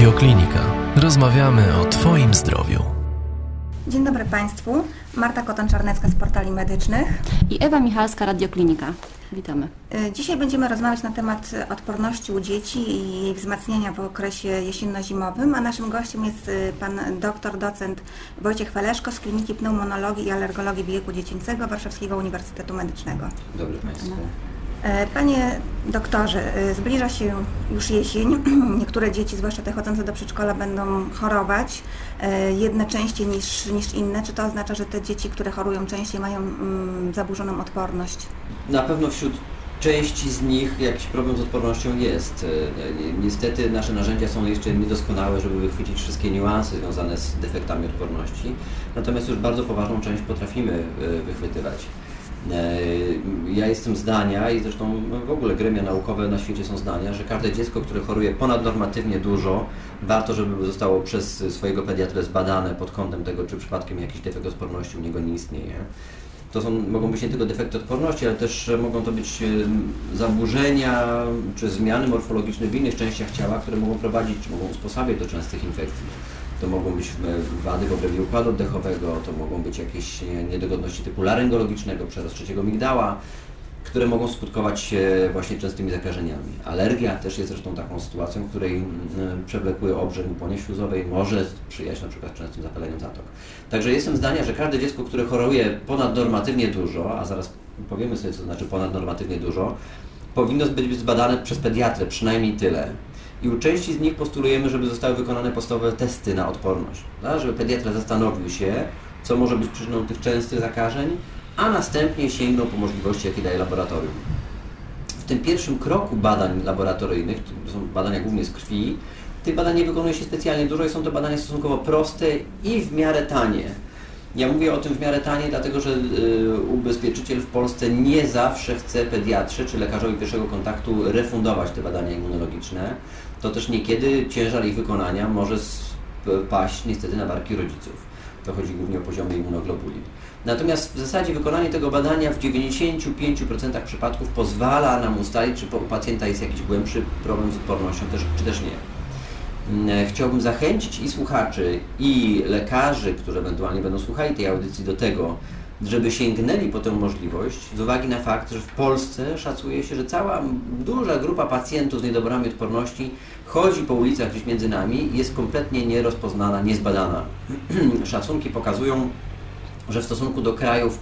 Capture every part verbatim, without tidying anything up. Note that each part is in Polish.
Radioklinika. Rozmawiamy o Twoim zdrowiu. Dzień dobry Państwu. Marta Koton-Czarnecka z Portali Medycznych i Ewa Michalska, Radioklinika. Witamy. Dzisiaj będziemy rozmawiać na temat odporności u dzieci i jej wzmacniania w okresie jesienno-zimowym, a naszym gościem jest pan doktor docent Wojciech Feleszko z Kliniki Pneumonologii i Alergologii Wieku Dziecięcego Warszawskiego Uniwersytetu Medycznego. Dobry Państwu. Panie doktorze, zbliża się już jesień. Niektóre dzieci, zwłaszcza te chodzące do przedszkola, będą chorować, jedne częściej niż, niż inne. Czy to oznacza, że te dzieci, które chorują częściej, mają mm, zaburzoną odporność? Na pewno wśród części z nich jakiś problem z odpornością jest. Niestety nasze narzędzia są jeszcze niedoskonałe, żeby wychwycić wszystkie niuanse związane z defektami odporności. Natomiast już bardzo poważną część potrafimy wychwytywać. Ja jestem zdania i zresztą w ogóle gremia naukowe na świecie są zdania, że każde dziecko, które choruje ponadnormatywnie dużo, warto, żeby zostało przez swojego pediatrę zbadane pod kątem tego, czy przypadkiem jakiś defekt odporności u niego nie istnieje. To są, mogą być nie tylko defekty odporności, ale też mogą to być zaburzenia czy zmiany morfologiczne w innych częściach ciała, które mogą prowadzić, czy mogą usposabiać do częstych infekcji. To mogą być wady w obrębie układu oddechowego, to mogą być jakieś niedogodności typu laryngologicznego, przerost trzeciego migdała, które mogą skutkować właśnie częstymi zakażeniami. Alergia też jest zresztą taką sytuacją, w której przewlekły obrzęk błony śluzowej może sprzyjać na przykład częstym zapaleniom zatok. Także jestem zdania, że każde dziecko, które choruje ponadnormatywnie dużo, a zaraz powiemy sobie, co to znaczy ponadnormatywnie dużo, powinno być zbadane przez pediatrę, przynajmniej tyle. I u części z nich postulujemy, żeby zostały wykonane podstawowe testy na odporność, tak? Żeby pediatra zastanowił się, co może być przyczyną tych częstych zakażeń, a następnie sięgnął po możliwości, jakie daje laboratorium. W tym pierwszym kroku badań laboratoryjnych, to są badania głównie z krwi, tych badań nie wykonuje się specjalnie dużo i są to badania stosunkowo proste i w miarę tanie. Ja mówię o tym w miarę tanie, dlatego że y, ubezpieczyciel w Polsce nie zawsze chce pediatrze czy lekarzowi pierwszego kontaktu refundować te badania immunologiczne. To też niekiedy ciężar ich wykonania może spaść niestety na barki rodziców. To chodzi głównie o poziomy immunoglobulin. Natomiast w zasadzie wykonanie tego badania w dziewięćdziesięciu pięciu procentach przypadków pozwala nam ustalić, czy u pacjenta jest jakiś głębszy problem z odpornością, też, czy też nie. Chciałbym zachęcić i słuchaczy, i lekarzy, którzy ewentualnie będą słuchali tej audycji, do tego, żeby sięgnęli po tę możliwość, z uwagi na fakt, że w Polsce szacuje się, że cała duża grupa pacjentów z niedoborami odporności chodzi po ulicach gdzieś między nami i jest kompletnie nierozpoznana, niezbadana. Szacunki pokazują, że w stosunku do krajów,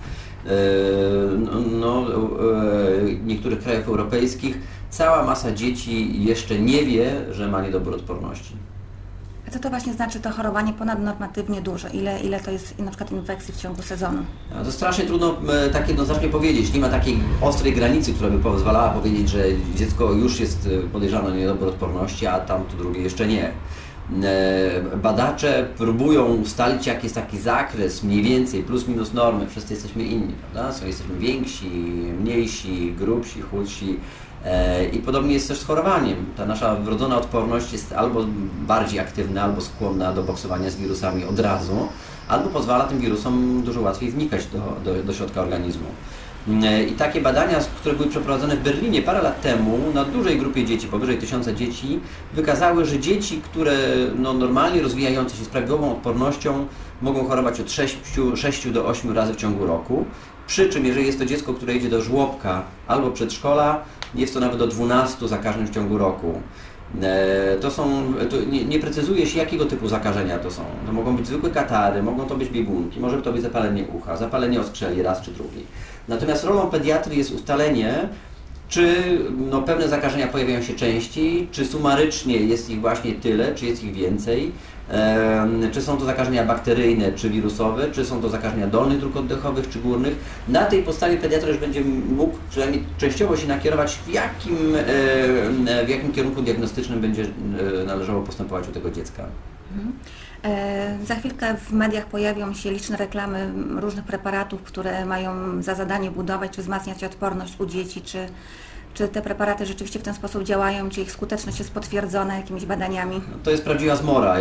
no, niektórych krajów europejskich, cała masa dzieci jeszcze nie wie, że ma niedobór odporności. A co to właśnie znaczy to chorowanie ponadnormatywnie duże? Ile, ile to jest na przykład infekcji w ciągu sezonu? No to strasznie trudno tak jednoznacznie powiedzieć. Nie ma takiej ostrej granicy, która by pozwalała powiedzieć, że dziecko już jest podejrzane na niedobór odporności, a tamto drugie jeszcze nie. Badacze próbują ustalić, jaki jest taki zakres, mniej więcej, plus minus normy, wszyscy jesteśmy inni, prawda? So, jesteśmy więksi, mniejsi, grubsi, chudsi. I podobnie jest też z chorowaniem. Ta nasza wrodzona odporność jest albo bardziej aktywna, albo skłonna do boksowania z wirusami od razu, albo pozwala tym wirusom dużo łatwiej wnikać do, do, do środka organizmu. I takie badania, które były przeprowadzone w Berlinie parę lat temu na dużej grupie dzieci, powyżej tysiąca dzieci, wykazały, że dzieci, które no, normalnie rozwijające się z prawidłową odpornością, mogą chorować od sześciu do ośmiu razy w ciągu roku. Przy czym, jeżeli jest to dziecko, które idzie do żłobka albo przedszkola, jest to nawet do dwunastu zakażeń w ciągu roku. To są, to nie, nie precyzuje się, jakiego typu zakażenia to są. To mogą być zwykłe katary, mogą to być biegunki, może to być zapalenie ucha, zapalenie oskrzeli raz czy drugi. Natomiast rolą pediatry jest ustalenie, czy no, pewne zakażenia pojawiają się częściej, czy sumarycznie jest ich właśnie tyle, czy jest ich więcej, e, czy są to zakażenia bakteryjne, czy wirusowe, czy są to zakażenia dolnych dróg oddechowych, czy górnych. Na tej podstawie pediatra już będzie mógł przynajmniej częściowo się nakierować, w jakim, e, w jakim kierunku diagnostycznym będzie e, należało postępować u tego dziecka. Mhm. Za chwilkę w mediach pojawią się liczne reklamy różnych preparatów, które mają za zadanie budować czy wzmacniać odporność u dzieci czy, czy te preparaty rzeczywiście w ten sposób działają, czy ich skuteczność jest potwierdzona jakimiś badaniami? To jest prawdziwa zmora.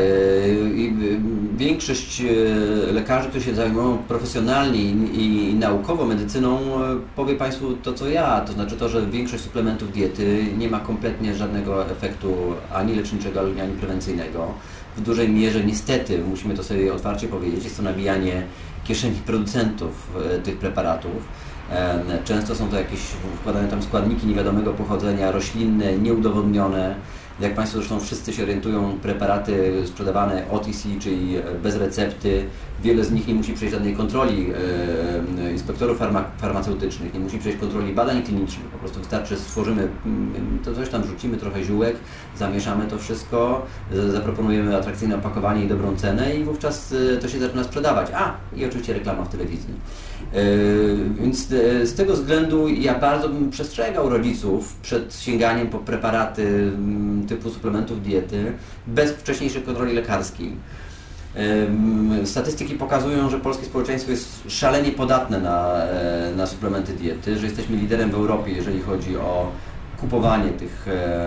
Większość lekarzy, którzy się zajmują profesjonalnie i naukowo medycyną, powie Państwu to co ja, to znaczy to, że większość suplementów diety nie ma kompletnie żadnego efektu ani leczniczego, ani prewencyjnego. W dużej mierze niestety, musimy to sobie otwarcie powiedzieć, jest to nabijanie kieszeni producentów tych preparatów. Często są to jakieś wkładane tam składniki niewiadomego pochodzenia, roślinne, nieudowodnione. Jak Państwo zresztą wszyscy się orientują, preparaty sprzedawane O T C, czyli bez recepty, wiele z nich nie musi przejść żadnej kontroli e, inspektorów farma, farmaceutycznych, nie musi przejść kontroli badań klinicznych, po prostu wystarczy, stworzymy, to coś tam rzucimy, trochę ziółek, zamieszamy to wszystko, zaproponujemy atrakcyjne opakowanie i dobrą cenę i wówczas to się zaczyna sprzedawać. A, i oczywiście reklama w telewizji. Więc z tego względu ja bardzo bym przestrzegał rodziców przed sięganiem po preparaty typu suplementów diety bez wcześniejszej kontroli lekarskiej. Statystyki pokazują, że polskie społeczeństwo jest szalenie podatne na, na suplementy diety, że jesteśmy liderem w Europie, jeżeli chodzi o kupowanie tych,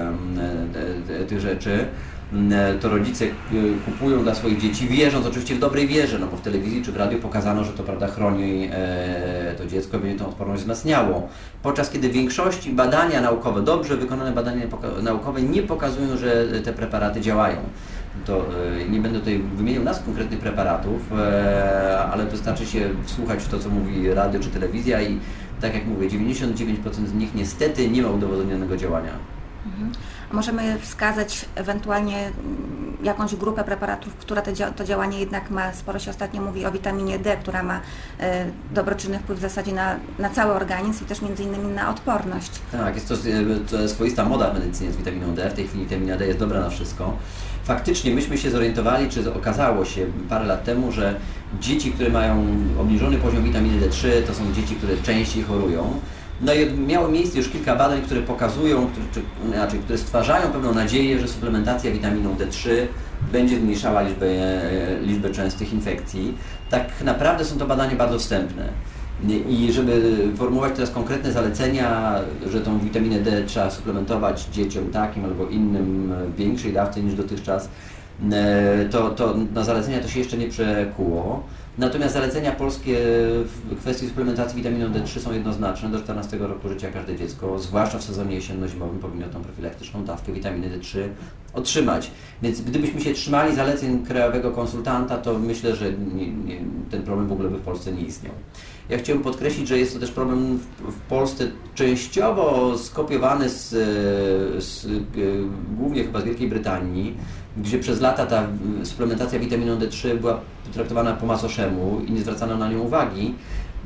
tych rzeczy. To rodzice kupują dla swoich dzieci, wierząc oczywiście w dobrej wierze, no bo w telewizji czy w radiu pokazano, że to prawda chroni e, to dziecko, będzie tą odporność wzmacniało. Podczas kiedy w większości badania naukowe, dobrze wykonane badania naukowe nie pokazują, że te preparaty działają. To e, nie będę tutaj wymieniał nazw konkretnych preparatów, e, ale wystarczy się wsłuchać w to, co mówi radio czy telewizja i tak jak mówię, dziewięćdziesiąt dziewięć procent z nich niestety nie ma udowodnionego działania. Mhm. A możemy wskazać ewentualnie jakąś grupę preparatów, która to, dzia to działanie jednak ma, sporo się ostatnio mówi o witaminie D, która ma e, dobroczynny wpływ w zasadzie na, na cały organizm i też między innymi na odporność. Tak, jest to, to swoista moda w medycynie z witaminą D, w tej chwili witamina D jest dobra na wszystko. Faktycznie myśmy się zorientowali, czy okazało się parę lat temu, że dzieci, które mają obniżony poziom witaminy D trzy, to są dzieci, które częściej chorują. No i miało miejsce już kilka badań, które pokazują, które, czy, znaczy, które stwarzają pewną nadzieję, że suplementacja witaminą D trzy będzie zmniejszała liczbę, liczbę częstych infekcji. Tak naprawdę są to badania bardzo wstępne. I żeby formułować teraz konkretne zalecenia, że tą witaminę D trzeba suplementować dzieciom takim albo innym w większej dawce niż dotychczas, to, to na zalecenia to się jeszcze nie przekuło. Natomiast zalecenia polskie w kwestii suplementacji witaminą D trzy są jednoznaczne. Do czternastego roku życia każde dziecko, zwłaszcza w sezonie jesienno-zimowym, powinno tą profilaktyczną dawkę witaminy D trzy otrzymać. Więc gdybyśmy się trzymali zaleceń krajowego konsultanta, to myślę, że nie, nie, ten problem w ogóle by w Polsce nie istniał. Ja chciałbym podkreślić, że jest to też problem w, w Polsce częściowo skopiowany z, z, głównie chyba z Wielkiej Brytanii, gdzie przez lata ta suplementacja witaminą D trzy była traktowana po macoszemu i nie zwracano na nią uwagi.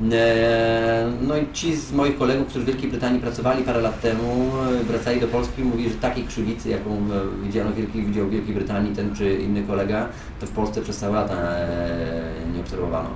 No i ci z moich kolegów, którzy w Wielkiej Brytanii pracowali parę lat temu, wracali do Polski i mówili, że takiej krzywicy, jaką widziano w Wielkiej, widział w Wielkiej Brytanii ten czy inny kolega, to w Polsce przez całe lata nie obserwowano.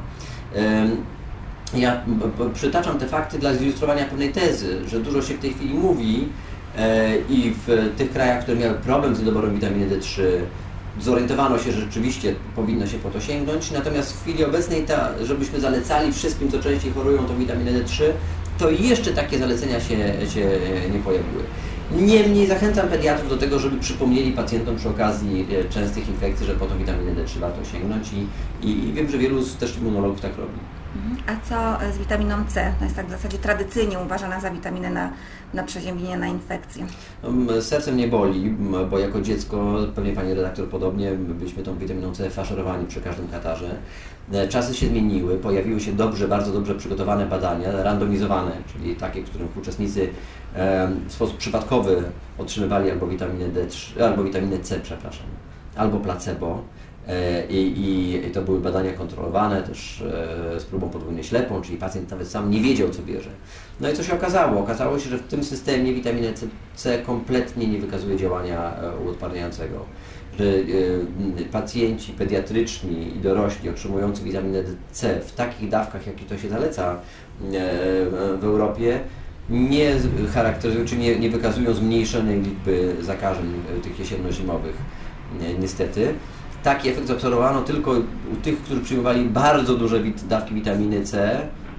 Ja przytaczam te fakty dla zilustrowania pewnej tezy, że dużo się w tej chwili mówi i w tych krajach, które miały problem z niedoborem witaminy D trzy, zorientowano się, że rzeczywiście powinno się po to sięgnąć, natomiast w chwili obecnej, ta, żebyśmy zalecali wszystkim, co częściej chorują tą witaminę D trzy, to jeszcze takie zalecenia się, się nie pojawiły. Niemniej zachęcam pediatrów do tego, żeby przypomnieli pacjentom przy okazji częstych infekcji, że po tą witaminę D trzy warto sięgnąć i, i, i wiem, że wielu też immunologów tak robi. A co z witaminą C? To jest tak w zasadzie tradycyjnie uważana za witaminę na, na przeziębienie, na infekcję. Sercem nie boli, bo jako dziecko, pewnie Pani redaktor podobnie, byliśmy tą witaminą C faszerowani przy każdym katarze. Czasy się zmieniły, pojawiły się dobrze, bardzo dobrze przygotowane badania, randomizowane, czyli takie, w których uczestnicy w sposób przypadkowy otrzymywali albo witaminę D trzy, albo witaminę C, przepraszam, albo placebo. I, i, I to były badania kontrolowane też e, z próbą podwójnie ślepą, czyli pacjent nawet sam nie wiedział, co bierze. No i co się okazało? Okazało się, że w tym systemie witamina C, C kompletnie nie wykazuje działania e, uodparniającego. Że e, pacjenci pediatryczni i dorośli otrzymujący witaminę C w takich dawkach, jakie to się zaleca e, w Europie, nie charakteryzują, czy nie, nie wykazują zmniejszonej liczby zakażeń e, tych jesienno-zimowych, e, niestety. Taki efekt zaobserwowano tylko u tych, którzy przyjmowali bardzo duże wit- dawki witaminy C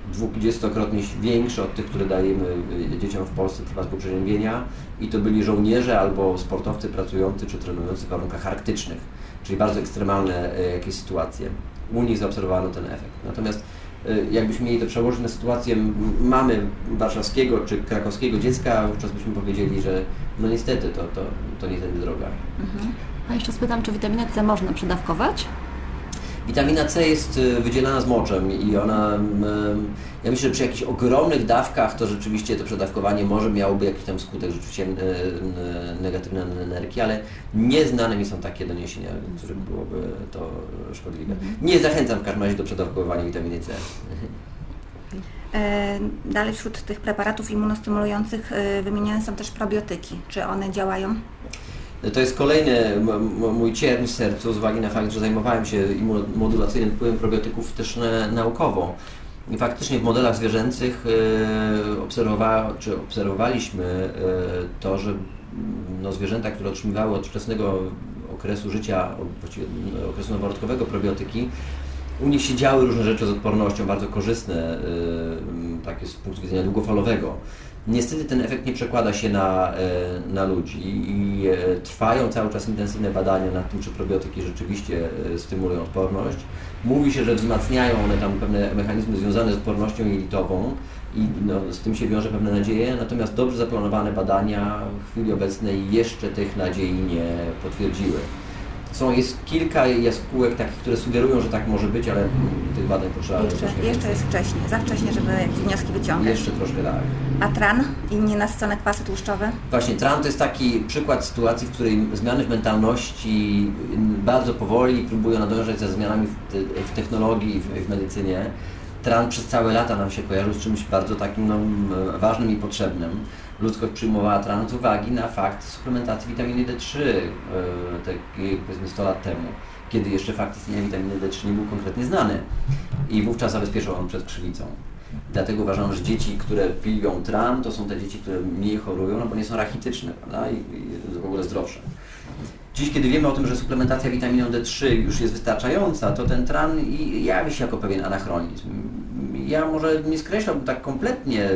dwudziestokrotnie większe od tych, które dajemy dzieciom w Polsce w przypadku przeziębienia i to byli żołnierze albo sportowcy pracujący czy trenujący w warunkach arktycznych, czyli bardzo ekstremalne jakieś sytuacje. U nich zaobserwowano ten efekt. Natomiast jakbyśmy mieli to przełożyć na sytuację mamy warszawskiego czy krakowskiego dziecka, wówczas byśmy powiedzieli, że no niestety to, to, to nie tędy droga. Mhm. A jeszcze spytam, czy witaminę C można przedawkować? Witamina C jest wydzielana z moczem i ona, ja myślę, że przy jakichś ogromnych dawkach to rzeczywiście to przedawkowanie może miałoby jakiś tam skutek rzeczywiście negatywny na nerki, ale nieznane mi są takie doniesienia, które byłoby to szkodliwe. Nie zachęcam w każdym razie do przedawkowania witaminy C. Dalej wśród tych preparatów immunostymulujących wymieniane są też probiotyki. Czy one działają? To jest kolejny mój cierń w sercu z uwagi na fakt, że zajmowałem się immunomodulacyjnym wpływem probiotyków też naukowo. I faktycznie w modelach zwierzęcych obserwowa, czy obserwowaliśmy to, że no, zwierzęta, które otrzymywały od wczesnego okresu życia, właściwie okresu noworodkowego probiotyki, u nich się działy różne rzeczy z odpornością, bardzo korzystne, takie z punktu widzenia długofalowego. Niestety ten efekt nie przekłada się na, na ludzi i trwają cały czas intensywne badania nad tym, czy probiotyki rzeczywiście stymulują odporność. Mówi się, że wzmacniają one tam pewne mechanizmy związane z odpornością jelitową i no, z tym się wiąże pewne nadzieje, natomiast dobrze zaplanowane badania w chwili obecnej jeszcze tych nadziei nie potwierdziły. Są, jest kilka jaskółek takich, które sugerują, że tak może być, ale tych badań potrzeba jeszcze, jeszcze jest wcześnie, za wcześnie, żeby jakieś wnioski wyciągać. Jeszcze troszkę tak. A tran i nienasycone kwasy tłuszczowe? Właśnie, tran to jest taki przykład sytuacji, w której zmiany w mentalności bardzo powoli próbują nadążać za zmianami w, te, w technologii i w, w medycynie. Tran przez całe lata nam się kojarzył z czymś bardzo takim no, ważnym i potrzebnym. Ludzkość przyjmowała tran z uwagi na fakt suplementacji witaminy D trzy tak, powiedzmy sto lat temu, kiedy jeszcze fakt istnienia witaminy D trzy nie był konkretnie znany i wówczas zabezpieczał on przed krzywicą. Dlatego uważam, że dzieci, które piją tran, to są te dzieci, które mniej chorują, no bo nie są rachityczne, prawda? I, i w ogóle zdrowsze. Dziś, kiedy wiemy o tym, że suplementacja witaminą D trzy już jest wystarczająca, to ten tran jawi się jako pewien anachronizm. Ja może nie skreślałbym tak kompletnie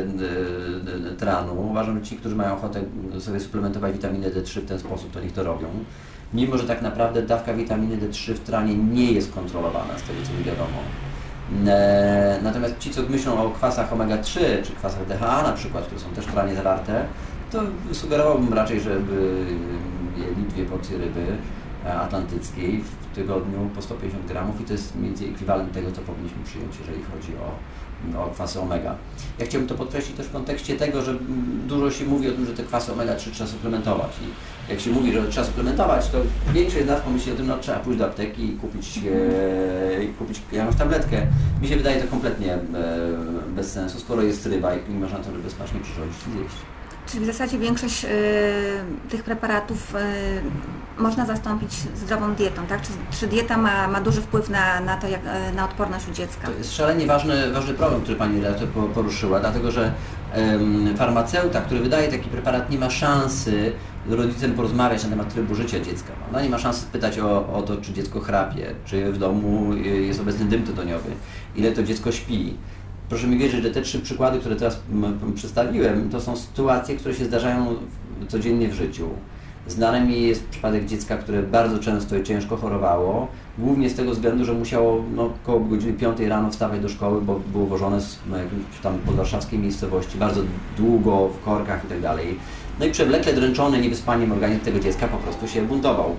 tranu. Uważam, że ci, którzy mają ochotę sobie suplementować witaminę D trzy w ten sposób, to niech to robią. Mimo że tak naprawdę dawka witaminy D trzy w tranie nie jest kontrolowana, z tego co mi wiadomo. Natomiast ci, co myślą o kwasach omega trzy, czy kwasach D H A na przykład, które są też w tranie zawarte, to sugerowałbym raczej, żeby jedli dwie porcje ryby atlantyckiej w tygodniu po sto pięćdziesiąt gramów i to jest mniej więcej ekwiwalent tego, co powinniśmy przyjąć, jeżeli chodzi o, o kwasy omega. Ja chciałbym to podkreślić też w kontekście tego, że dużo się mówi o tym, że te kwasy omega trzy trzeba suplementować i jak się mówi, że trzeba suplementować, to większość z nas pomyśli o tym, no trzeba pójść do apteki i kupić, e, kupić jakąś tabletkę. Mi się wydaje to kompletnie e, bez sensu, skoro jest ryba i nie można to żeby smacznie przyrządzić i zjeść. Czyli w zasadzie większość y, tych preparatów y, można zastąpić zdrową dietą, tak? Czy, czy dieta ma, ma duży wpływ na, na to, jak, na odporność u dziecka? To jest szalenie ważny, ważny problem, który Pani redaktor poruszyła, dlatego że ym, farmaceuta, który wydaje taki preparat, nie ma szansy z rodzicem porozmawiać na temat trybu życia dziecka. No, nie ma szansy spytać o, o to, czy dziecko chrapie, czy w domu jest obecny dym tytoniowy, ile to dziecko śpi. Proszę mi wierzyć, że te trzy przykłady, które teraz przedstawiłem, to są sytuacje, które się zdarzają codziennie w życiu. Znany mi jest przypadek dziecka, które bardzo często i ciężko chorowało, głównie z tego względu, że musiało no, około godziny piątej rano wstawać do szkoły, bo było wożone z no, jakimś tam podwarszawskiej miejscowości, bardzo długo w korkach i tak dalej. No i przewlekle dręczony niewyspaniem organizm tego dziecka po prostu się buntował.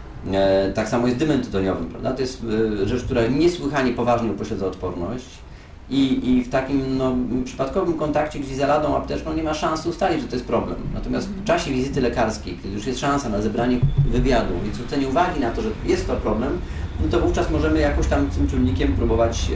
E, tak samo jest z dymem tytoniowym, prawda? To jest e, rzecz, która niesłychanie poważnie upośledza odporność. I, I w takim no, przypadkowym kontakcie gdzieś za ladą apteczną nie ma szans ustalić, że to jest problem. Natomiast w czasie wizyty lekarskiej, kiedy już jest szansa na zebranie wywiadu i zwrócenie uwagi na to, że jest to problem, no to wówczas możemy jakoś tam tym czynnikiem próbować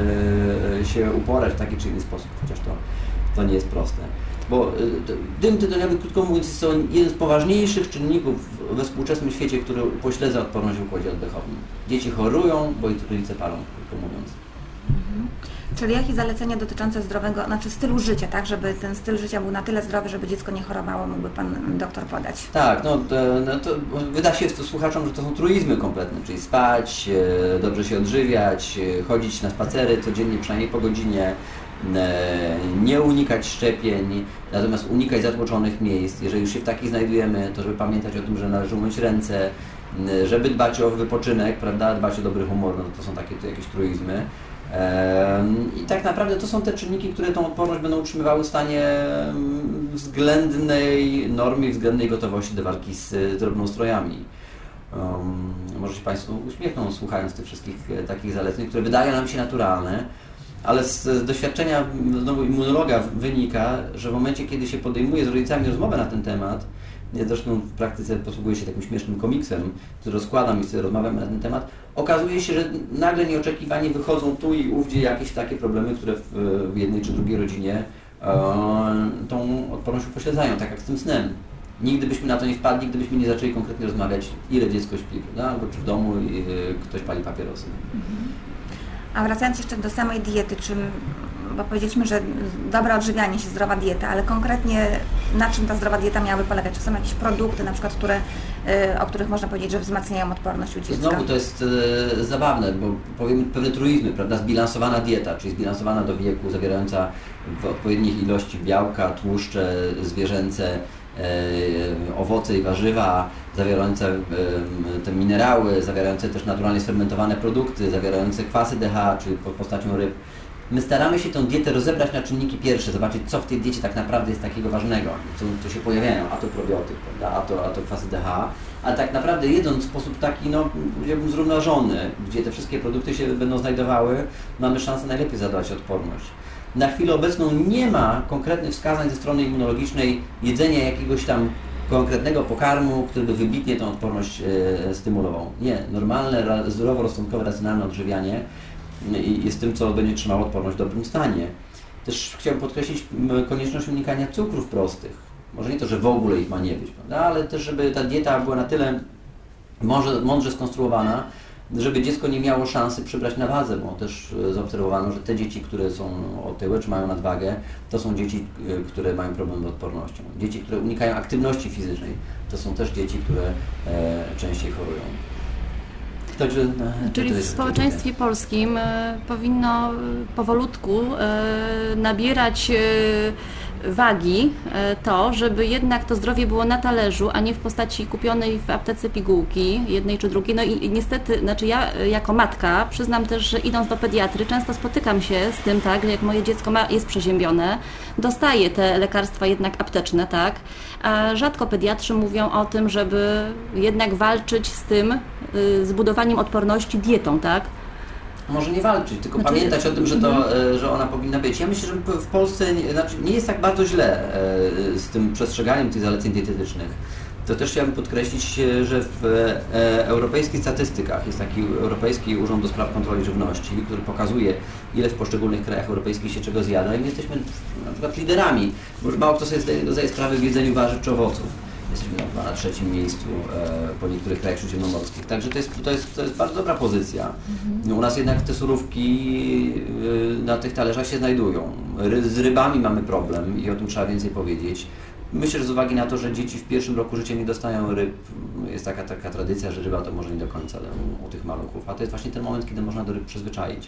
yy, się uporać w taki czy inny sposób, chociaż to, to nie jest proste. Bo yy, dym tytoniowy, krótko mówiąc, jest to jeden z poważniejszych czynników we współczesnym świecie, który upośledza odporność w układzie oddechowym. Dzieci chorują, bo ich rodzice palą, krótko mówiąc. Mhm. Czyli jakie zalecenia dotyczące zdrowego, znaczy stylu życia, tak, żeby ten styl życia był na tyle zdrowy, żeby dziecko nie chorowało, mógłby Pan doktor podać? Tak, no to, no to wyda się to słuchaczom, że to są truizmy kompletne, czyli spać, dobrze się odżywiać, chodzić na spacery codziennie przynajmniej po godzinie, nie unikać szczepień, natomiast unikać zatłoczonych miejsc. Jeżeli już się w takich znajdujemy, to żeby pamiętać o tym, że należy umyć ręce, żeby dbać o wypoczynek, prawda, dbać o dobry humor, no to są takie to jakieś truizmy. I tak naprawdę to są te czynniki, które tą odporność będą utrzymywały w stanie względnej normy i względnej gotowości do walki z drobnoustrojami. Um, może się Państwo uśmiechną, słuchając tych wszystkich takich zaleceń, które wydają nam się naturalne, ale z, z doświadczenia znowu immunologa wynika, że w momencie, kiedy się podejmuje z rodzicami rozmowę na ten temat, zresztą w praktyce posługuję się takim śmiesznym komiksem, który rozkładam i sobie rozmawiamy na ten temat, okazuje się, że nagle nieoczekiwanie wychodzą tu i ówdzie jakieś takie problemy, które w, w jednej czy drugiej rodzinie e, tą odporność upośledzają, tak jak z tym snem. Nigdy byśmy na to nie wpadli, gdybyśmy nie zaczęli konkretnie rozmawiać, ile dziecko śpi, prawda? Albo czy w domu y, ktoś pali papierosy. A wracając jeszcze do samej diety, czym, bo powiedzieliśmy, że dobre odżywianie się, zdrowa dieta, ale konkretnie na czym ta zdrowa dieta miałaby polegać? Czy są jakieś produkty, na przykład, które, y, o których można powiedzieć, że wzmacniają odporność u dziecka? Znowu to jest y, zabawne, bo powiemy pewne truizmy, prawda? Zbilansowana dieta, czyli zbilansowana do wieku, zawierająca w odpowiednich ilości białka, tłuszcze zwierzęce, E, owoce i warzywa, zawierające e, te minerały, zawierające też naturalnie sfermentowane produkty, zawierające kwasy D H A, czyli pod postacią ryb. My staramy się tę dietę rozebrać na czynniki pierwsze, zobaczyć, co w tej diecie tak naprawdę jest takiego ważnego, co, co się pojawiają, a to probiotyk, prawda? a, to, a to kwasy D H A, ale tak naprawdę jedząc w sposób taki, no, powiedziałbym, zrównoważony, gdzie te wszystkie produkty się będą znajdowały, mamy szansę najlepiej zadbać o odporność. Na chwilę obecną nie ma konkretnych wskazań ze strony immunologicznej jedzenia jakiegoś tam konkretnego pokarmu, który by wybitnie tę odporność e, stymulował. Nie, normalne, zdroworozsądkowe, racjonalne odżywianie jest tym, co będzie trzymało odporność w dobrym stanie. Też chciałbym podkreślić konieczność unikania cukrów prostych. Może nie to, że w ogóle ich ma nie być, prawda? Ale też, żeby ta dieta była na tyle mądrze, mądrze skonstruowana, żeby dziecko nie miało szansy przybrać na wadze, bo też zaobserwowano, że te dzieci, które są otyłe czy mają nadwagę, to są dzieci, które mają problem z odpornością. Dzieci, które unikają aktywności fizycznej, to są też dzieci, które e, częściej chorują. Także, e, Czyli w społeczeństwie to polskim e, powinno powolutku e, nabierać e, wagi to, żeby jednak to zdrowie było na talerzu, a nie w postaci kupionej w aptece pigułki, jednej czy drugiej. No i niestety, znaczy ja jako matka przyznam też, że idąc do pediatry często spotykam się z tym, tak, że jak moje dziecko ma, jest przeziębione, dostaje te lekarstwa jednak apteczne, tak, a rzadko pediatrzy mówią o tym, żeby jednak walczyć z tym, z budowaniem odporności dietą, tak? Może nie walczyć, tylko znaczy, pamiętać o tym, że, to, że ona powinna być. Ja myślę, że w Polsce nie, znaczy nie jest tak bardzo źle z tym przestrzeganiem tych zaleceń dietetycznych. To też chciałbym podkreślić, że w europejskich statystykach jest taki Europejski Urząd do Spraw Kontroli Żywności, który pokazuje, ile w poszczególnych krajach europejskich się czego zjada i my jesteśmy na przykład liderami, bo już mało kto sobie zdaje sprawę w jedzeniu warzyw czy owoców. Jesteśmy chyba na trzecim miejscu e, po niektórych krajach śródziemnomorskich. Także to jest, to jest, to jest bardzo dobra pozycja. Mhm. U nas jednak te surówki e, na tych talerzach się znajdują. Ry, z rybami mamy problem i o tym trzeba więcej powiedzieć. Myślę, że z uwagi na to, że dzieci w pierwszym roku życia nie dostają ryb, jest taka, taka tradycja, że ryba to może nie do końca u, u tych maluchów. A to jest właśnie ten moment, kiedy można do ryb przyzwyczaić.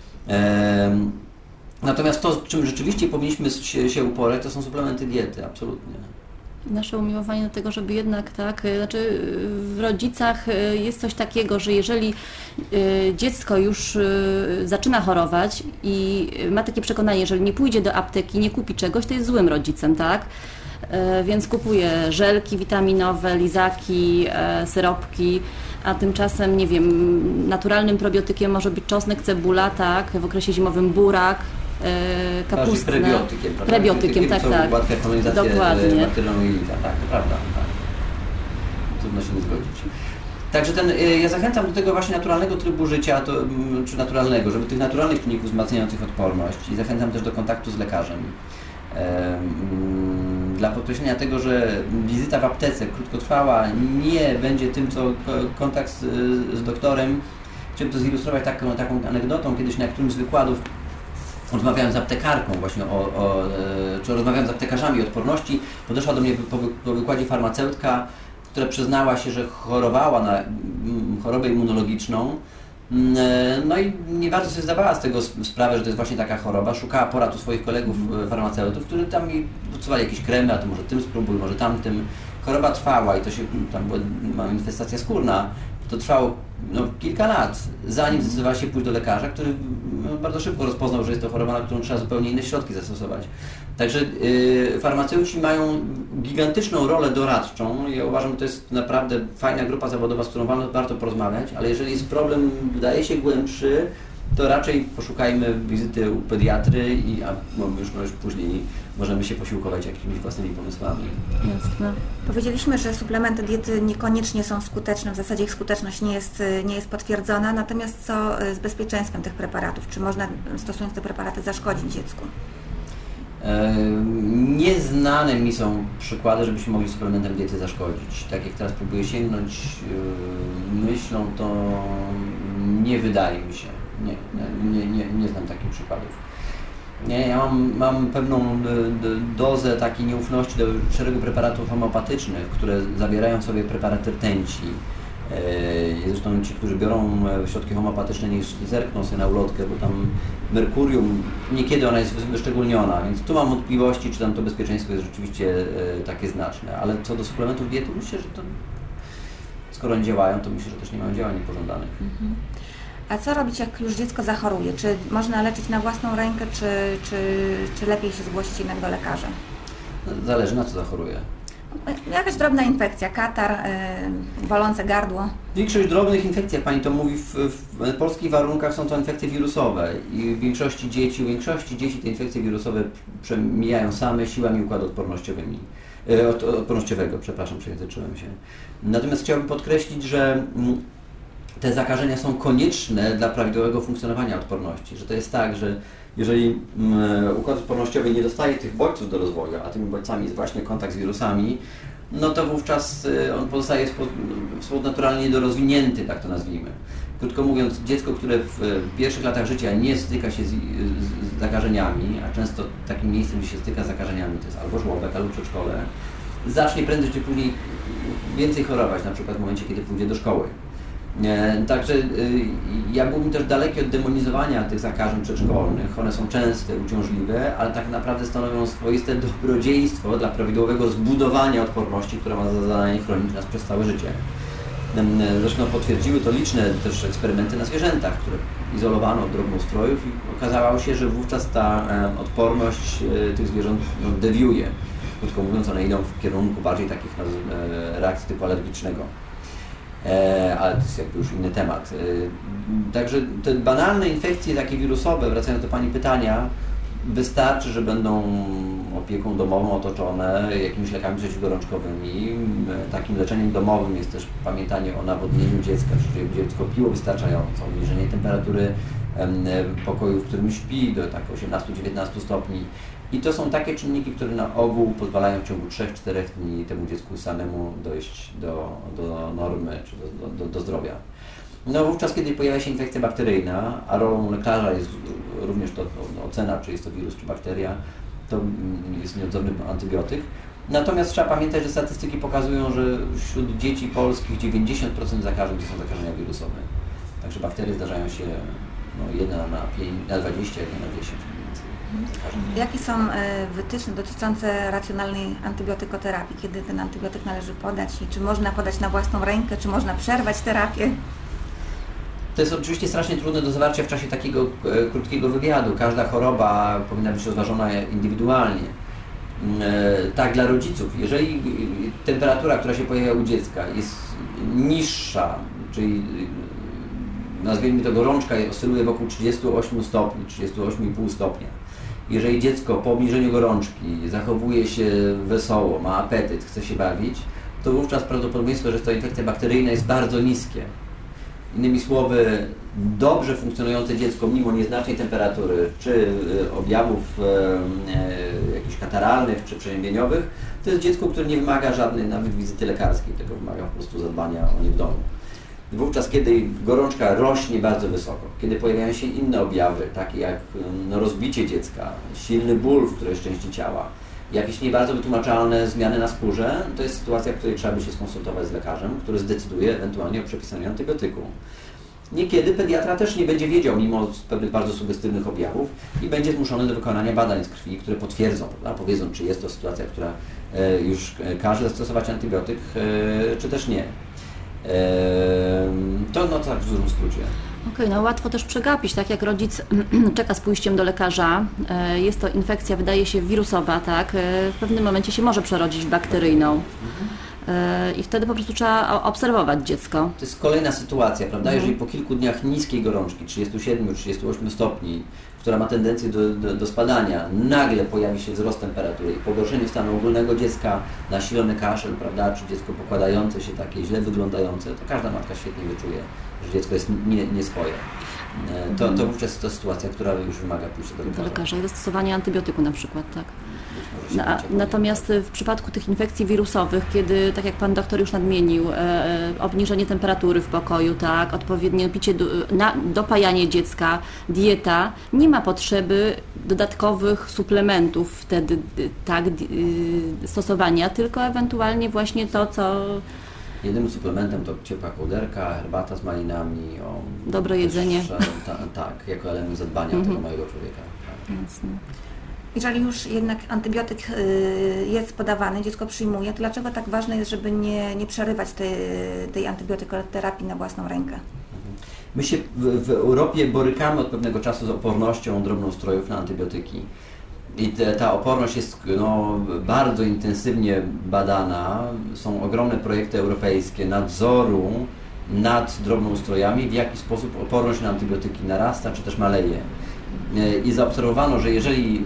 E, natomiast to, czym rzeczywiście powinniśmy się, się uporać, to są suplementy diety, absolutnie. Nasze umiłowanie do tego, żeby jednak tak, znaczy w rodzicach jest coś takiego, że jeżeli dziecko już zaczyna chorować i ma takie przekonanie, że nie pójdzie do apteki, nie kupi czegoś, to jest złym rodzicem, tak? Więc kupuje żelki witaminowe, lizaki, syropki, a tymczasem, nie wiem, naturalnym probiotykiem może być czosnek, cebula, tak? W okresie zimowym burak, kapustne. Prebiotykiem, prebiotykiem, tak, tak. Ułatwia kolonizację Dokładnie. bakterią jelita. Tak, to prawda. Tak. Trudno się nie zgodzić. Także ten, ja zachęcam do tego właśnie naturalnego trybu życia, to, czy naturalnego, żeby tych naturalnych czynników wzmacniających odporność i zachęcam też do kontaktu z lekarzem. Dla podkreślenia tego, że wizyta w aptece krótkotrwała nie będzie tym, co kontakt z, z doktorem. Chciałbym to zilustrować taką, taką anegdotą. Kiedyś na którymś z wykładów rozmawiałem z aptekarką właśnie o, o czy rozmawiałem z aptekarzami o odporności. Podeszła do mnie po, po wykładzie farmaceutka, która przyznała się, że chorowała na chorobę immunologiczną No i nie bardzo sobie zdawała z tego sprawę, że to jest właśnie taka choroba. Szukała porad u swoich kolegów farmaceutów, którzy tam mi podsuwali jakieś kremy, a to może tym spróbuj, może tamtym. Choroba trwała i to się, tam była manifestacja skórna. To trwało no, kilka lat, zanim zdecydowała się pójść do lekarza, który no, bardzo szybko rozpoznał, że jest to choroba, na którą trzeba zupełnie inne środki zastosować. Także yy, farmaceuci mają gigantyczną rolę doradczą. Ja uważam, że to jest naprawdę fajna grupa zawodowa, z którą warto porozmawiać, ale jeżeli jest problem, wydaje się głębszy, to raczej poszukajmy wizyty u pediatry i a, no, już, no, już później możemy się posiłkować jakimiś własnymi pomysłami. Jasne. Powiedzieliśmy, że suplementy diety niekoniecznie są skuteczne, w zasadzie ich skuteczność nie jest, nie jest potwierdzona, natomiast co z bezpieczeństwem tych preparatów? Czy można, stosując te preparaty, zaszkodzić dziecku? E, nieznane mi są przykłady, żebyśmy mogli suplementem diety zaszkodzić. Tak jak teraz próbuję sięgnąć e, myślą, to nie wydaje mi się. Nie, nie, nie, nie znam takich przykładów. Nie, ja mam, mam pewną dozę takiej nieufności do szeregu preparatów homeopatycznych, które zawierają w sobie preparaty rtęci. Zresztą ci, którzy biorą środki homeopatyczne, niech zerkną sobie na ulotkę, bo tam merkurium, niekiedy ona jest wyszczególniona, więc tu mam wątpliwości, czy tam to bezpieczeństwo jest rzeczywiście takie znaczne. Ale co do suplementów diety, myślę, że to skoro nie działają, to myślę, że też nie mają działań niepożądanych. Mhm. A co robić, jak już dziecko zachoruje? Czy można leczyć na własną rękę, czy, czy, czy lepiej się zgłosić jednak do lekarza? Zależy, na co zachoruje. Jakaś drobna infekcja, katar, yy, bolące gardło. Większość drobnych infekcji, jak Pani to mówi, w, w polskich warunkach są to infekcje wirusowe i w większości dzieci, u większości dzieci te infekcje wirusowe przemijają same siłami układu odpornościowymi. Yy, od, odpornościowego, przepraszam, przejęzyczyłem się. Natomiast chciałbym podkreślić, że te zakażenia są konieczne dla prawidłowego funkcjonowania odporności, że to jest tak, że jeżeli układ odpornościowy nie dostaje tych bodźców do rozwoju, a tymi bodźcami jest właśnie kontakt z wirusami, no to wówczas on pozostaje w sposób naturalnie niedorozwinięty, tak to nazwijmy. Krótko mówiąc, dziecko, które w pierwszych latach życia nie styka się z, z zakażeniami, a często takim miejscem, gdzie się styka z zakażeniami, to jest albo żłobek, albo przedszkole, zacznie prędzej czy później więcej chorować, na przykład w momencie, kiedy pójdzie do szkoły. Także ja byłbym też daleki od demonizowania tych zakażeń przedszkolnych. One są częste, uciążliwe, ale tak naprawdę stanowią swoiste dobrodziejstwo dla prawidłowego zbudowania odporności, która ma za zadanie chronić nas przez całe życie. Zresztą potwierdziły to liczne też eksperymenty na zwierzętach, które izolowano od drobnoustrojów i okazało się, że wówczas ta odporność tych zwierząt no, dewiuje. Krótko mówiąc, one idą w kierunku bardziej takich reakcji typu alergicznego. E, ale to jest jakby już inny temat. E, także te banalne infekcje takie wirusowe, wracając do Pani pytania, wystarczy, że będą opieką domową otoczone jakimiś lekami przeciwgorączkowymi. E, takim leczeniem domowym jest też pamiętanie o nawodnieniu dziecka, czyli dziecko piło wystarczająco, obniżenie temperatury e, pokoju, w którym śpi do tak osiemnastu do dziewiętnastu stopni. I to są takie czynniki, które na ogół pozwalają w ciągu trzech czterech dni temu dziecku samemu dojść do, do normy czy do, do, do zdrowia. No wówczas, kiedy pojawia się infekcja bakteryjna, a rolą lekarza jest również to, to ocena, czy jest to wirus, czy bakteria, to jest nieodzowny antybiotyk. Natomiast trzeba pamiętać, że statystyki pokazują, że wśród dzieci polskich dziewięćdziesiąt procent zakażeń to są zakażenia wirusowe. Także bakterie zdarzają się no, jedna na pięć, na dwadzieścia, jedna na dziesięć. Jakie są wytyczne dotyczące racjonalnej antybiotykoterapii? Kiedy ten antybiotyk należy podać i czy można podać na własną rękę, czy można przerwać terapię? To jest oczywiście strasznie trudne do zawarcia w czasie takiego e, krótkiego wywiadu. Każda choroba powinna być rozważona indywidualnie. E, tak dla rodziców. Jeżeli temperatura, która się pojawia u dziecka jest niższa, czyli nazwijmy to gorączka oscyluje wokół trzydziestu ośmiu stopni, trzydziestu ośmiu i pół stopnia. Jeżeli dziecko po obniżeniu gorączki zachowuje się wesoło, ma apetyt, chce się bawić, to wówczas prawdopodobieństwo, że to infekcja bakteryjna jest bardzo niskie. Innymi słowy, dobrze funkcjonujące dziecko mimo nieznacznej temperatury, czy objawów e, jakichś kataralnych, czy przeziębieniowych, to jest dziecko, które nie wymaga żadnej nawet wizyty lekarskiej, tylko wymaga po prostu zadbania o nie w domu. Wówczas, kiedy gorączka rośnie bardzo wysoko, kiedy pojawiają się inne objawy, takie jak no, rozbicie dziecka, silny ból w którejś części ciała, jakieś nie bardzo wytłumaczalne zmiany na skórze, to jest sytuacja, w której trzeba by się skonsultować z lekarzem, który zdecyduje ewentualnie o przepisaniu antybiotyku. Niekiedy pediatra też nie będzie wiedział, mimo pewnych bardzo sugestywnych objawów, i będzie zmuszony do wykonania badań z krwi, które potwierdzą, prawda? Powiedzą, czy jest to sytuacja, która już każe zastosować antybiotyk, czy też nie. To no tak w dużym skrócie. Okej, okay, no łatwo też przegapić, tak jak rodzic czeka z pójściem do lekarza, jest to infekcja, wydaje się wirusowa, tak, w pewnym momencie się może przerodzić w bakteryjną. Mhm. I wtedy po prostu trzeba obserwować dziecko. To jest kolejna sytuacja, prawda? Jeżeli po kilku dniach niskiej gorączki, trzydziestu siedmiu trzydziestu ośmiu stopni, która ma tendencję do, do, do spadania, nagle pojawi się wzrost temperatury i pogorszenie stanu ogólnego dziecka, nasilony kaszel, prawda? Czy dziecko pokładające się takie, źle wyglądające, to każda matka świetnie wyczuje, że dziecko jest nie, nie swoje. To, to wówczas jest to sytuacja, która już wymaga pójścia do lekarza. Do lekarza i zastosowania antybiotyku na przykład, tak. Na, natomiast w przypadku tych infekcji wirusowych, kiedy, tak jak Pan doktor już nadmienił, e, obniżenie temperatury w pokoju, tak, odpowiednie picie, do, na, dopajanie dziecka, dieta, nie ma potrzeby dodatkowych suplementów wtedy tak stosowania, tylko ewentualnie właśnie to, co... Jedynym suplementem to ciepła kołderka, herbata z malinami, o, dobre też, jedzenie. Ta, tak, jako element zadbania mm-hmm. tego małego człowieka. Tak. Jasne. Jeżeli już jednak antybiotyk jest podawany, dziecko przyjmuje, to dlaczego tak ważne jest, żeby nie, nie przerywać tej, tej antybiotykoterapii na własną rękę? My się w, w Europie borykamy od pewnego czasu z opornością drobnoustrojów na antybiotyki. I te, ta oporność jest no, bardzo intensywnie badana. Są ogromne projekty europejskie nadzoru nad drobnoustrojami, w jaki sposób oporność na antybiotyki narasta czy też maleje. I zaobserwowano, że jeżeli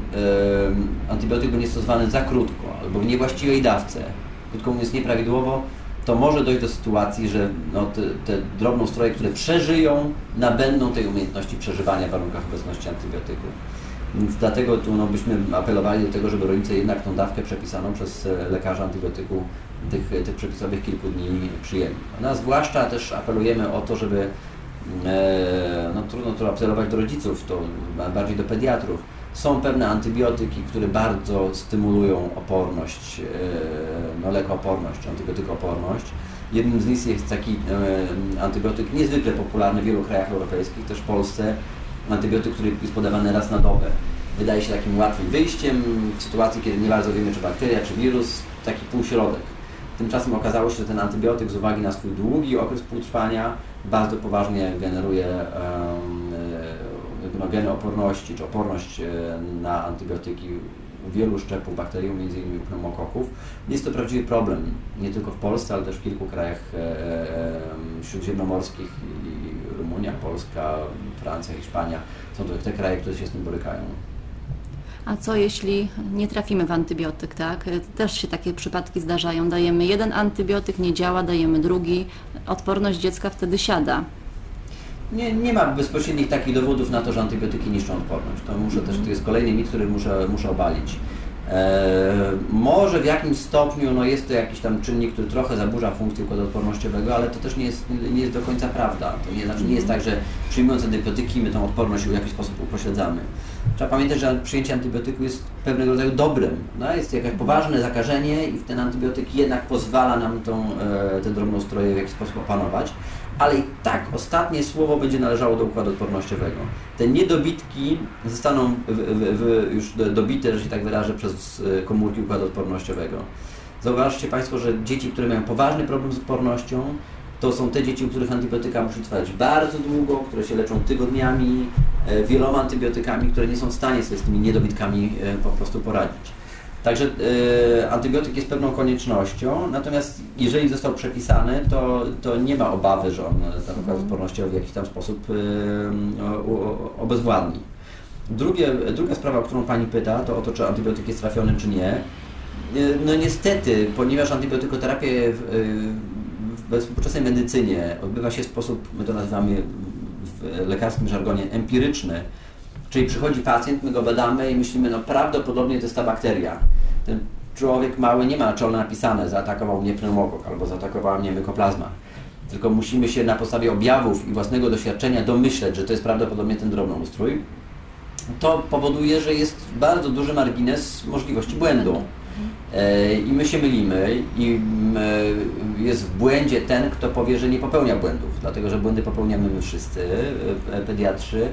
e, antybiotyk będzie stosowany za krótko albo w niewłaściwej dawce, krótko mówiąc nieprawidłowo, to może dojść do sytuacji, że no, te, te drobnoustroje, które przeżyją, nabędą tej umiejętności przeżywania w warunkach obecności antybiotyku. Więc dlatego tu no, byśmy apelowali do tego, żeby rodzice jednak tą dawkę przepisaną przez lekarza antybiotyku tych, tych przepisowych kilku dni przyjęli. No, a zwłaszcza też apelujemy o to, żeby no trudno to apelować do rodziców, to bardziej do pediatrów. Są pewne antybiotyki, które bardzo stymulują oporność, no lekooporność, czy antybiotykooporność. Jednym z nich jest taki antybiotyk niezwykle popularny w wielu krajach europejskich, też w Polsce, antybiotyk, który jest podawany raz na dobę. Wydaje się takim łatwym wyjściem w sytuacji, kiedy nie bardzo wiemy, czy bakteria, czy wirus, taki półśrodek. Tymczasem okazało się, że ten antybiotyk z uwagi na swój długi okres półtrwania bardzo poważnie generuje um, geny oporności, czy oporność na antybiotyki u wielu szczepów bakteriów, między innymi pneumokoków. Jest to prawdziwy problem, nie tylko w Polsce, ale też w kilku krajach e, śródziemnomorskich, i Rumunia, Polska, Francja, Hiszpania. Są to te kraje, które się z tym borykają. A co jeśli nie trafimy w antybiotyk, tak? Też się takie przypadki zdarzają. Dajemy jeden antybiotyk, nie działa, dajemy drugi. Odporność dziecka wtedy siada. Nie, nie ma bezpośrednich takich dowodów na to, że antybiotyki niszczą odporność. To muszę też, to jest kolejny mit, który muszę, muszę obalić. E, może w jakimś stopniu no jest to jakiś tam czynnik, który trochę zaburza funkcję układu odpornościowego, ale to też nie jest, nie jest do końca prawda. To nie, znaczy nie jest tak, że przyjmując antybiotyki my tą odporność w jakiś sposób upośledzamy. Trzeba pamiętać, że przyjęcie antybiotyku jest pewnego rodzaju dobrem. No? Jest jakieś poważne zakażenie i ten antybiotyk jednak pozwala nam tą, e, te drobnoustroje w jakiś sposób opanować. Ale i tak ostatnie słowo będzie należało do układu odpornościowego. Te niedobitki zostaną w, w, w już dobite, że się tak wyrażę, przez komórki układu odpornościowego. Zauważcie Państwo, że dzieci, które mają poważny problem z odpornością, to są te dzieci, u których antybiotyka muszą trwać bardzo długo, które się leczą tygodniami, wieloma antybiotykami, które nie są w stanie sobie z tymi niedobitkami po prostu poradzić. Także y, antybiotyk jest pewną koniecznością, natomiast jeżeli został przepisany, to, to nie ma obawy, że on ten układ odpornościowy w jakiś tam sposób y, o, obezwładni. Drugie, druga sprawa, o którą Pani pyta, to o to, czy antybiotyk jest trafiony, czy nie. Y, no niestety, ponieważ antybiotykoterapia w, we współczesnej medycynie odbywa się w sposób, my to nazywamy w lekarskim żargonie, empiryczny. Czyli przychodzi pacjent, my go badamy i myślimy, no prawdopodobnie to jest ta bakteria. Ten człowiek mały nie ma na czole napisane, zaatakował mnie pneumokok albo zaatakowała mnie mykoplazma. Tylko musimy się na podstawie objawów i własnego doświadczenia domyśleć, że to jest prawdopodobnie ten drobnoustrój. To powoduje, że jest bardzo duży margines możliwości błędu. I my się mylimy i jest w błędzie ten, kto powie, że nie popełnia błędów, dlatego że błędy popełniamy my wszyscy, pediatrzy,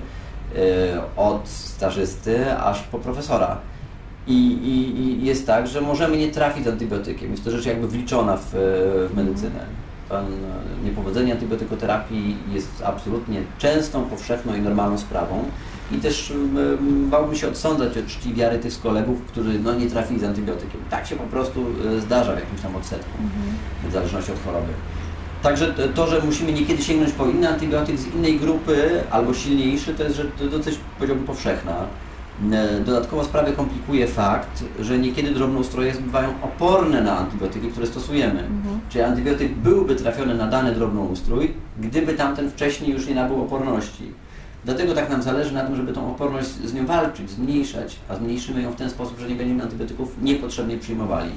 od stażysty aż po profesora. I, i, I jest tak, że możemy nie trafić z antybiotykiem, jest to rzecz jakby wliczona w, w medycynę. Pan, niepowodzenie antybiotykoterapii jest absolutnie częstą, powszechną i normalną sprawą. I też bałbym się odsądzać od czci wiary tych z kolegów, którzy no, nie trafili z antybiotykiem. Tak się po prostu zdarza w jakimś tam odsetku, mhm. w zależności od choroby. Także to, że musimy niekiedy sięgnąć po inny antybiotyk z innej grupy albo silniejszy, to jest rzecz dosyć, powiedziałbym, powszechna. Dodatkowo sprawę komplikuje fakt, że niekiedy drobnoustroje bywają oporne na antybiotyki, które stosujemy. Mhm. Czyli antybiotyk byłby trafiony na dany drobnoustrój, gdyby tamten wcześniej już nie nabył oporności. Dlatego tak nam zależy na tym, żeby tą oporność z nią walczyć, zmniejszać, a zmniejszymy ją w ten sposób, że nie będziemy antybiotyków niepotrzebnie przyjmowali.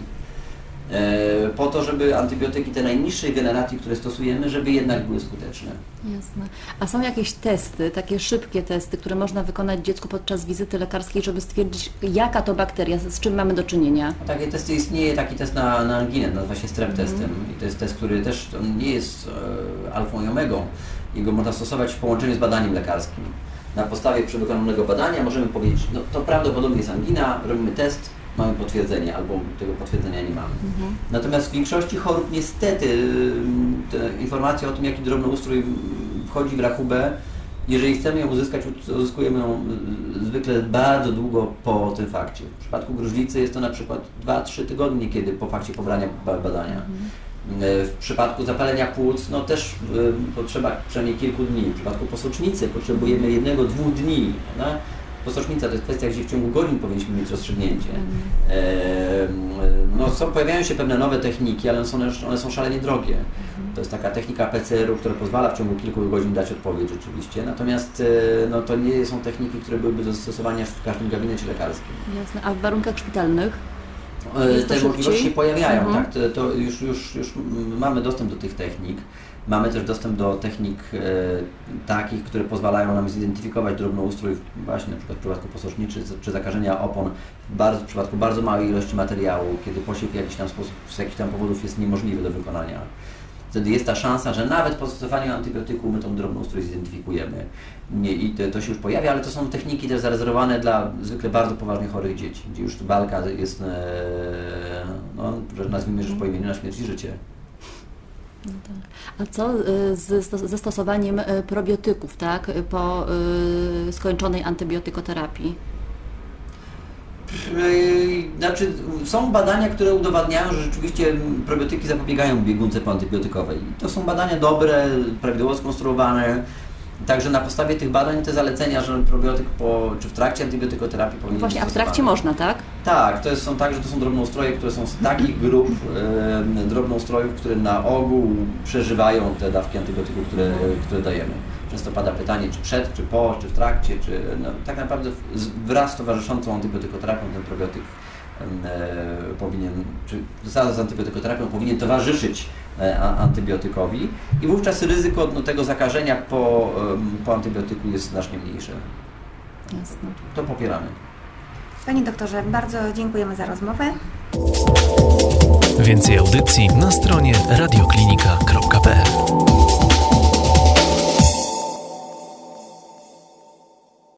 E, po to, żeby antybiotyki te najniższej generacji, które stosujemy, żeby jednak były skuteczne. Jasne. A są jakieś testy, takie szybkie testy, które można wykonać dziecku podczas wizyty lekarskiej, żeby stwierdzić, jaka to bakteria, z czym mamy do czynienia? No, takie testy istnieje, taki test na, na anginę, nazywa się strep testem. Mm. I to jest test, który też nie jest e, alfą i omegą. Jego można stosować w połączeniu z badaniem lekarskim. Na podstawie przedwykonanego badania możemy powiedzieć, no to prawdopodobnie jest angina, robimy test, mamy potwierdzenie, albo tego potwierdzenia nie mamy. Mhm. Natomiast w większości chorób niestety te informacje o tym, jaki drobnoustrój wchodzi w rachubę, jeżeli chcemy ją uzyskać, uzyskujemy ją zwykle bardzo długo po tym fakcie. W przypadku gruźlicy jest to na przykład dwa trzy tygodnie, kiedy po fakcie pobrania badania. Mhm. W przypadku zapalenia płuc, no też y, potrzeba przynajmniej kilku dni. W przypadku posocznicy potrzebujemy jednego, dwóch dni. No? Posocznica to jest kwestia, gdzie w ciągu godzin powinniśmy mieć rozstrzygnięcie. E, no, są, pojawiają się pewne nowe techniki, ale one są, one są szalenie drogie. To jest taka technika P C R u, która pozwala w ciągu kilku godzin dać odpowiedź rzeczywiście. Natomiast no, to nie są techniki, które byłyby do zastosowania w każdym gabinecie lekarskim. Jasne. A w warunkach szpitalnych? Te możliwości się pojawiają, mhm. tak? To, to już, już, już mamy dostęp do tych technik. Mamy też dostęp do technik e, takich, które pozwalają nam zidentyfikować drobnoustrój właśnie na przykład w przypadku posocznicy czy, czy zakażenia opon w, bardzo, w przypadku bardzo małej ilości materiału, kiedy posiew w jakiś tam sposób, z jakichś tam powodów jest niemożliwy do wykonania. Wtedy jest ta szansa, że nawet po stosowaniu antybiotyku my tą drobnoustrój zidentyfikujemy. Nie, I to, to się już pojawia, ale to są techniki też zarezerwowane dla zwykle bardzo poważnie chorych dzieci, gdzie już walka jest, e, no, że nazwijmy rzecz po imieniu, na śmierć i życie. No tak. A co z, ze stosowaniem probiotyków, tak, po y, skończonej antybiotykoterapii? Znaczy, są badania, które udowadniają, że rzeczywiście probiotyki zapobiegają biegunce poantybiotykowej. To są badania dobre, prawidłowo skonstruowane. Także na podstawie tych badań te zalecenia, że probiotyk po, czy w trakcie antybiotykoterapii powinien Właśnie, być a w trakcie można, tak? Tak, to jest, są tak, że to są drobnoustroje, które są z takich grup e, drobnoustrojów, które na ogół przeżywają te dawki antybiotyków, które, które dajemy. Często pada pytanie, czy przed, czy po, czy w trakcie, czy no, tak naprawdę wraz z towarzyszącą antybiotykoterapią ten probiotyk e, powinien, czy z antybiotykoterapią powinien towarzyszyć antybiotykowi i wówczas ryzyko no, tego zakażenia po, po antybiotyku jest znacznie mniejsze. Jasne. To popieramy. Panie doktorze, bardzo dziękujemy za rozmowę. Więcej audycji na stronie